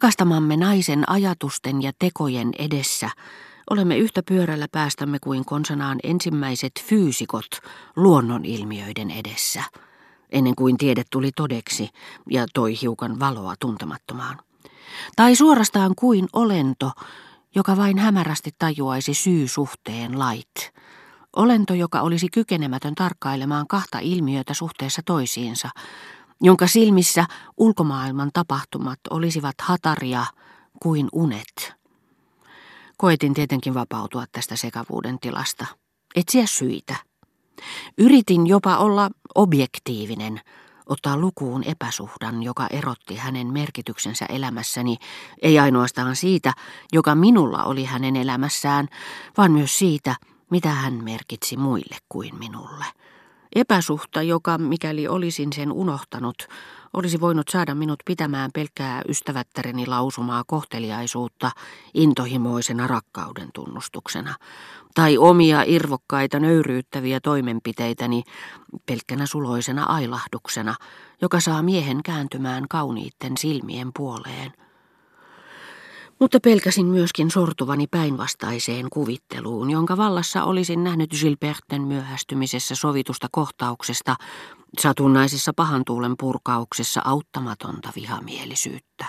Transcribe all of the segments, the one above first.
Rakastamamme naisen ajatusten ja tekojen edessä olemme yhtä pyörällä päästämme kuin konsanaan ensimmäiset fyysikot luonnonilmiöiden edessä, ennen kuin tiede tuli todeksi ja toi hiukan valoa tuntemattomaan. Tai suorastaan kuin olento, joka vain hämärästi tajuaisi syysuhteen lait. Olento, joka olisi kykenemätön tarkkailemaan kahta ilmiötä suhteessa toisiinsa, jonka silmissä ulkomaailman tapahtumat olisivat hataria kuin unet. Koetin tietenkin vapautua tästä sekavuuden tilasta, etsiä syitä. Yritin jopa olla objektiivinen, ottaa lukuun epäsuhdan, joka erotti hänen merkityksensä elämässäni, ei ainoastaan siitä, joka minulla oli hänen elämässään, vaan myös siitä, mitä hän merkitsi muille kuin minulle. Epäsuhta, joka, mikäli olisin sen unohtanut, olisi voinut saada minut pitämään pelkkää ystävättäreni lausumaa kohteliaisuutta intohimoisena rakkauden tunnustuksena, tai omia irvokkaita nöyryyttäviä toimenpiteitäni pelkkänä suloisena ailahduksena, joka saa miehen kääntymään kauniitten silmien puoleen. Mutta pelkäsin myöskin sortuvani päinvastaiseen kuvitteluun, jonka vallassa olisin nähnyt Gilberten myöhästymisessä sovitusta kohtauksesta, satunnaisessa pahantuulen purkauksessa auttamatonta vihamielisyyttä.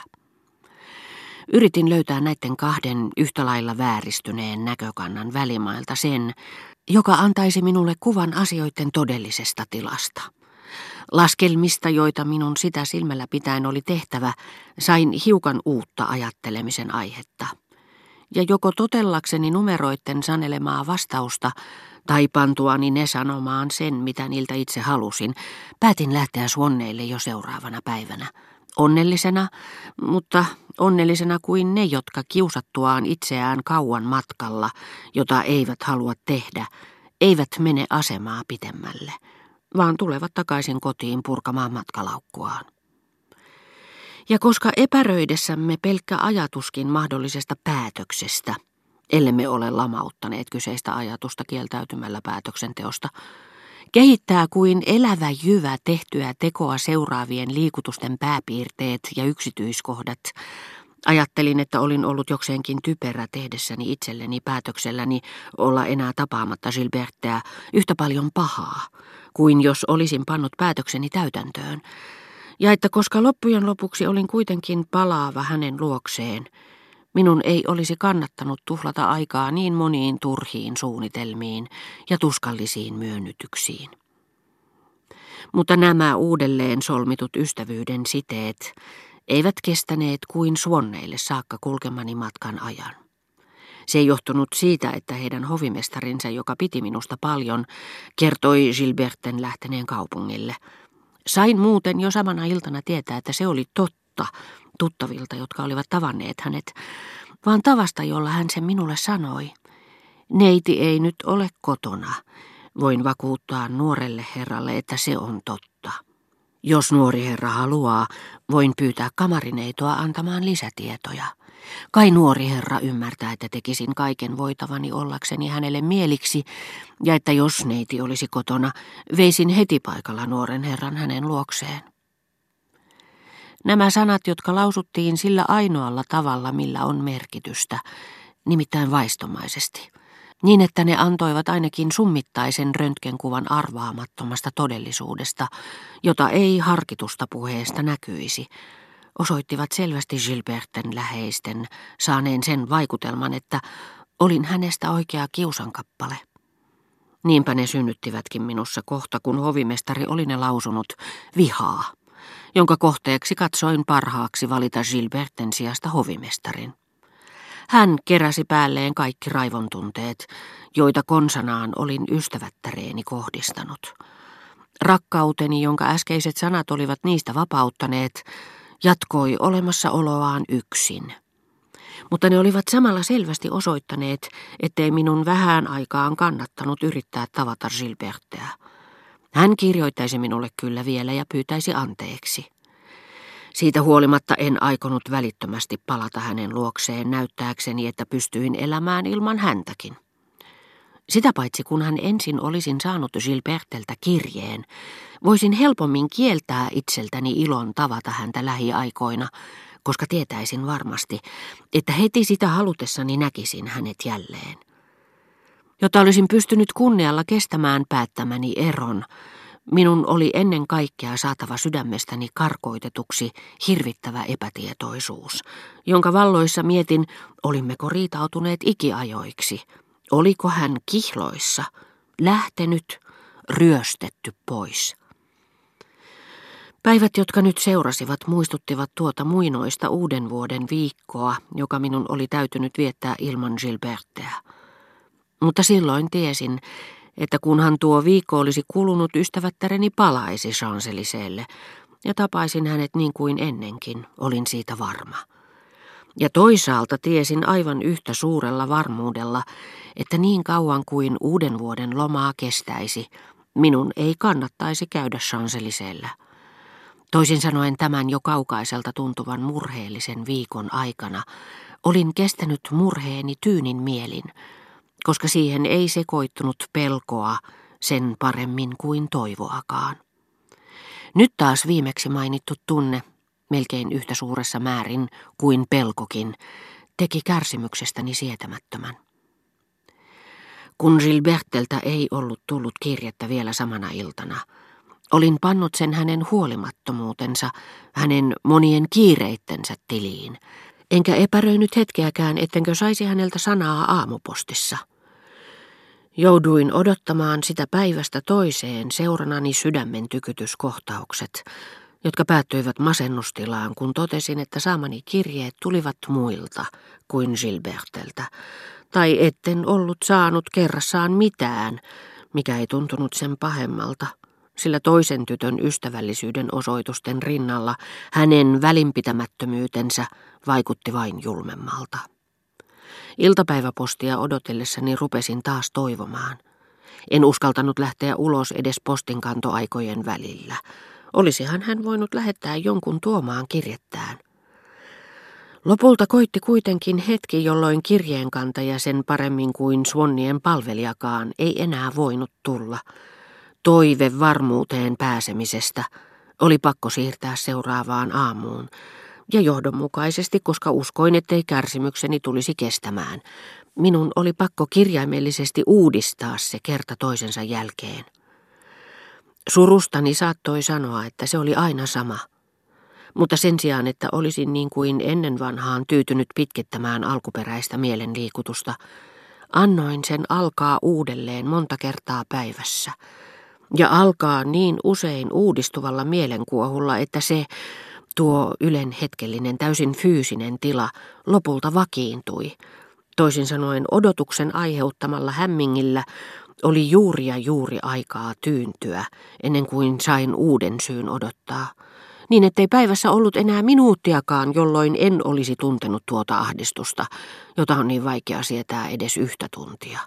Yritin löytää näiden kahden yhtä lailla vääristyneen näkökannan välimailta sen, joka antaisi minulle kuvan asioiden todellisesta tilasta. Laskelmista, joita minun sitä silmällä pitäen oli tehtävä, sain hiukan uutta ajattelemisen aihetta. Ja joko totellakseni numeroitten sanelemaa vastausta tai pantuani ne sanomaan sen, mitä niiltä itse halusin, päätin lähteä Swanneille jo seuraavana päivänä. Onnellisena, mutta onnellisena kuin ne, jotka kiusattuaan itseään kauan matkalla, jota eivät halua tehdä, eivät mene asemaa pitemmälle, vaan tulevat takaisin kotiin purkamaan matkalaukkuaan. Ja koska epäröidessämme pelkkä ajatuskin mahdollisesta päätöksestä, ellemme ole lamauttaneet kyseistä ajatusta kieltäytymällä päätöksenteosta, kehittää kuin elävä jyvä tehtyä tekoa seuraavien liikutusten pääpiirteet ja yksityiskohdat, ajattelin, että olin ollut jokseenkin typerä tehdessäni itselleni päätökselläni olla enää tapaamatta Gilbertteä yhtä paljon pahaa, kuin jos olisin pannut päätökseni täytäntöön, ja että koska loppujen lopuksi olin kuitenkin palaava hänen luokseen, minun ei olisi kannattanut tuhlata aikaa niin moniin turhiin suunnitelmiin ja tuskallisiin myönnytyksiin. Mutta nämä uudelleen solmitut ystävyyden siteet eivät kestäneet kuin Swanneille saakka kulkemani matkan ajan. Se ei johtunut siitä, että heidän hovimestarinsa, joka piti minusta paljon, kertoi Gilberten lähteneen kaupungille. Sain muuten jo samana iltana tietää, että se oli totta tuttavilta, jotka olivat tavanneet hänet, vaan tavasta, jolla hän sen minulle sanoi. Neiti ei nyt ole kotona. Voin vakuuttaa nuorelle herralle, että se on totta. Jos nuori herra haluaa, voin pyytää kamarineitoa antamaan lisätietoja. Kai nuori herra ymmärtää, että tekisin kaiken voitavani ollakseni hänelle mieliksi, ja että jos neiti olisi kotona, veisin heti paikalla nuoren herran hänen luokseen. Nämä sanat, jotka lausuttiin sillä ainoalla tavalla, millä on merkitystä, nimittäin vaistomaisesti, niin että ne antoivat ainakin summittaisen röntgenkuvan arvaamattomasta todellisuudesta, jota ei harkitusta puheesta näkyisi, osoittivat selvästi Gilberten läheisten saaneen sen vaikutelman, että olin hänestä oikea kiusankappale. Niinpä ne synnyttivätkin minussa kohta, kun hovimestari oli ne lausunut vihaa, jonka kohteeksi katsoin parhaaksi valita Gilberten sijasta hovimestarin. Hän keräsi päälleen kaikki raivontunteet, joita konsanaan olin ystävättäreeni kohdistanut. Rakkauteni, jonka äskeiset sanat olivat niistä vapauttaneet, jatkoi olemassaoloaan yksin. Mutta ne olivat samalla selvästi osoittaneet, ettei minun vähään aikaan kannattanut yrittää tavata Gilbertteä. Hän kirjoittaisi minulle kyllä vielä ja pyytäisi anteeksi. Siitä huolimatta en aikonut välittömästi palata hänen luokseen näyttääkseni, että pystyin elämään ilman häntäkin. Sitä paitsi kun hän ensin olisin saanut Gilberteltä kirjeen, voisin helpommin kieltää itseltäni ilon tavata häntä lähiaikoina, koska tietäisin varmasti, että heti sitä halutessani näkisin hänet jälleen. Jotta olisin pystynyt kunnialla kestämään päättämäni eron, minun oli ennen kaikkea saatava sydämestäni karkoitetuksi hirvittävä epätietoisuus, jonka valloissa mietin, olimmeko riitautuneet ikiajoiksi. Oliko hän kihloissa, lähtenyt, ryöstetty pois? Päivät, jotka nyt seurasivat, muistuttivat tuota muinoista uuden vuoden viikkoa, joka minun oli täytynyt viettää ilman Gilbertteä. Mutta silloin tiesin, että kunhan tuo viikko olisi kulunut, ystävättäreni palaisi Champs-Élysées'lle ja tapaisin hänet niin kuin ennenkin, olin siitä varma. Ja toisaalta tiesin aivan yhtä suurella varmuudella, että niin kauan kuin uuden vuoden lomaa kestäisi, minun ei kannattaisi käydä Champs-Élysées'llä. Toisin sanoen tämän jo kaukaiselta tuntuvan murheellisen viikon aikana olin kestänyt murheeni tyynin mielin, koska siihen ei sekoittunut pelkoa sen paremmin kuin toivoakaan. Nyt taas viimeksi mainittu tunne, melkein yhtä suuressa määrin kuin pelkokin, teki kärsimyksestäni sietämättömän. Kun Gilberteltä ei ollut tullut kirjettä vielä samana iltana, olin pannut sen hänen huolimattomuutensa, hänen monien kiireittensä tiliin, enkä epäröinyt hetkeäkään, ettenkö saisi häneltä sanaa aamupostissa. Jouduin odottamaan sitä päivästä toiseen seuranani sydämen tykytyskohtaukset, jotka päättyivät masennustilaan, kun totesin, että saamani kirjeet tulivat muilta kuin Gilberteltä, tai etten ollut saanut kerrassaan mitään, mikä ei tuntunut sen pahemmalta, sillä toisen tytön ystävällisyyden osoitusten rinnalla hänen välinpitämättömyytensä vaikutti vain julmemmalta. Iltapäiväpostia odotellessani rupesin taas toivomaan. En uskaltanut lähteä ulos edes postinkantoaikojen välillä. Olisihan hän voinut lähettää jonkun tuomaan kirjettään. Lopulta koitti kuitenkin hetki, jolloin kirjeenkantaja sen paremmin kuin Swannien palvelijakaan ei enää voinut tulla. Toive varmuuteen pääsemisestä oli pakko siirtää seuraavaan aamuun, ja johdonmukaisesti, koska uskoin, ettei kärsimykseni tulisi kestämään. Minun oli pakko kirjaimellisesti uudistaa se kerta toisensa jälkeen. Surustani saattoi sanoa, että se oli aina sama. Mutta sen sijaan, että olisin niin kuin ennen vanhaan tyytynyt pitkittämään alkuperäistä mielenliikutusta, annoin sen alkaa uudelleen monta kertaa päivässä. Ja alkaa niin usein uudistuvalla mielenkuohulla, että se, tuo Ylen hetkellinen täysin fyysinen tila, lopulta vakiintui. Toisin sanoen odotuksen aiheuttamalla hämmingillä oli juuri ja juuri aikaa tyyntyä, ennen kuin sain uuden syyn odottaa. Niin ettei päivässä ollut enää minuuttiakaan, jolloin en olisi tuntenut tuota ahdistusta, jota on niin vaikea sietää edes yhtä tuntia.